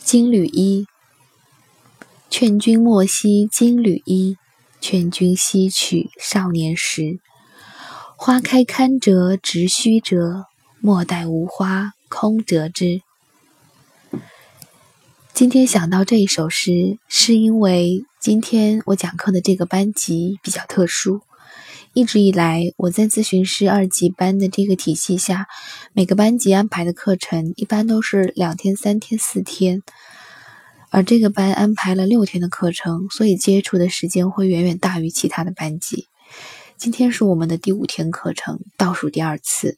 金缕衣。劝君莫惜金缕衣，劝君惜取少年时。花开堪折直须折，莫待无花空折枝。今天想到这一首诗，是因为今天我讲课的这个班级比较特殊。一直以来，我在咨询师2级班的这个体系下，每个班级安排的课程一般都是2天、3天、4天，而这个班安排了6天的课程，所以接触的时间会远远大于其他的班级。今天是我们的第5天课程，倒数第2次。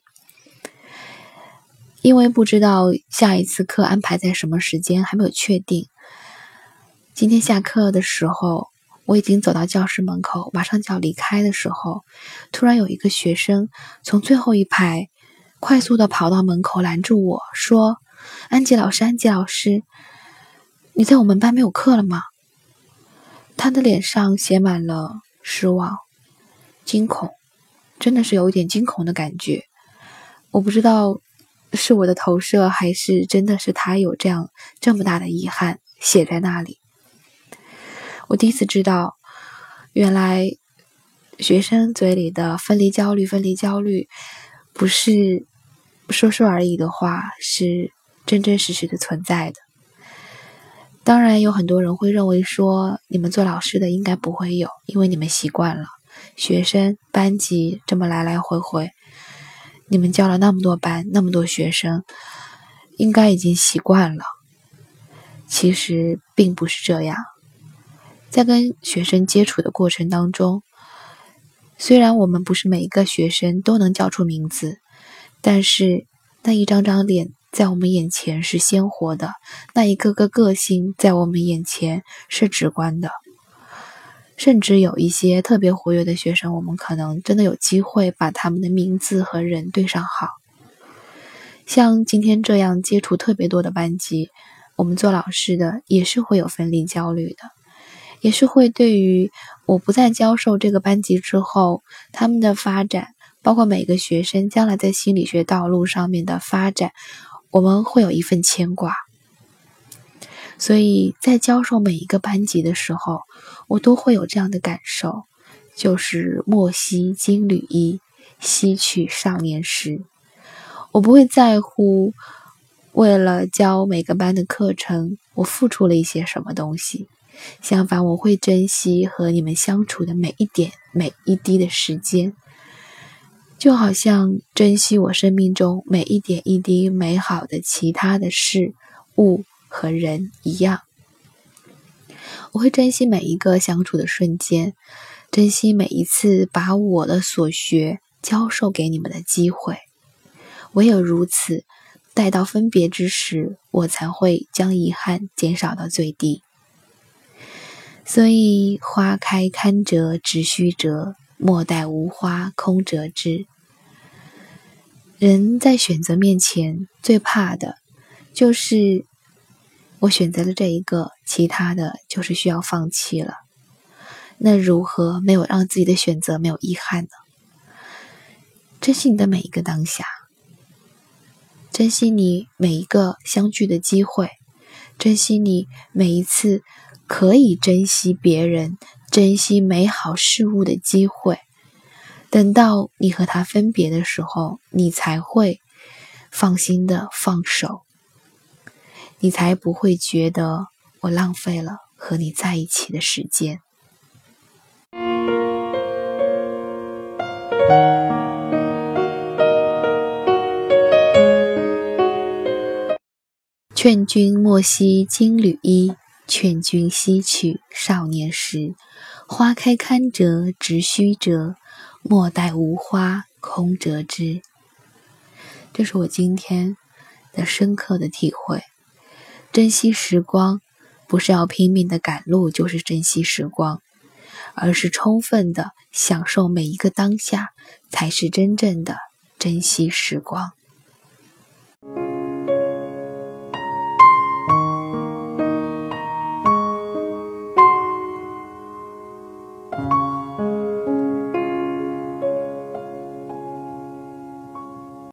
因为不知道下一次课安排在什么时间，还没有确定。今天下课的时候，我已经走到教室门口，马上就要离开的时候，突然有一个学生从最后一排快速地跑到门口拦住我，说：安吉老师，安吉老师，你在我们班没有课了吗？他的脸上写满了失望、惊恐，真的是有一点惊恐的感觉。我不知道是我的投射，还是真的是他有这么大的遗憾写在那里。我第一次知道，原来学生嘴里的分离焦虑不是说说而已的话，是真真实实的存在的。当然有很多人会认为说，你们做老师的应该不会有，因为你们习惯了学生班级这么来来回回，你们教了那么多班，那么多学生，应该已经习惯了。其实并不是这样。在跟学生接触的过程当中，虽然我们不是每一个学生都能叫出名字，但是那一张张脸在我们眼前是鲜活的，那一个个个性在我们眼前是直观的。甚至有一些特别活跃的学生，我们可能真的有机会把他们的名字和人对上号。像今天这样接触特别多的班级，我们做老师的也是会有分离焦虑的，也是会对于我不再教授这个班级之后，他们的发展，包括每个学生将来在心理学道路上面的发展，我们会有一份牵挂。所以在教授每一个班级的时候，我都会有这样的感受，就是莫惜金缕衣，惜取少年时。我不会在乎为了教每个班的课程，我付出了一些什么东西。相反，我会珍惜和你们相处的每一点每一滴的时间，就好像珍惜我生命中每一点一滴美好的其他的事物和人一样。我会珍惜每一个相处的瞬间，珍惜每一次把我的所学教授给你们的机会。唯有如此，待到分别之时，我才会将遗憾减少到最低。所以花开堪折直须折，莫待无花空折枝。人在选择面前最怕的就是我选择了这一个，其他的就是需要放弃了。那如何没有让自己的选择没有遗憾呢？珍惜你的每一个当下，珍惜你每一个相聚的机会，珍惜你每一次可以珍惜别人、珍惜美好事物的机会。等到你和他分别的时候，你才会放心的放手，你才不会觉得我浪费了和你在一起的时间。劝君莫惜金缕衣，劝君惜取少年时。花开堪折直须折，莫待无花空折枝。这是我今天的深刻的体会。珍惜时光，不是要拼命的赶路就是珍惜时光，而是充分的享受每一个当下，才是真正的珍惜时光。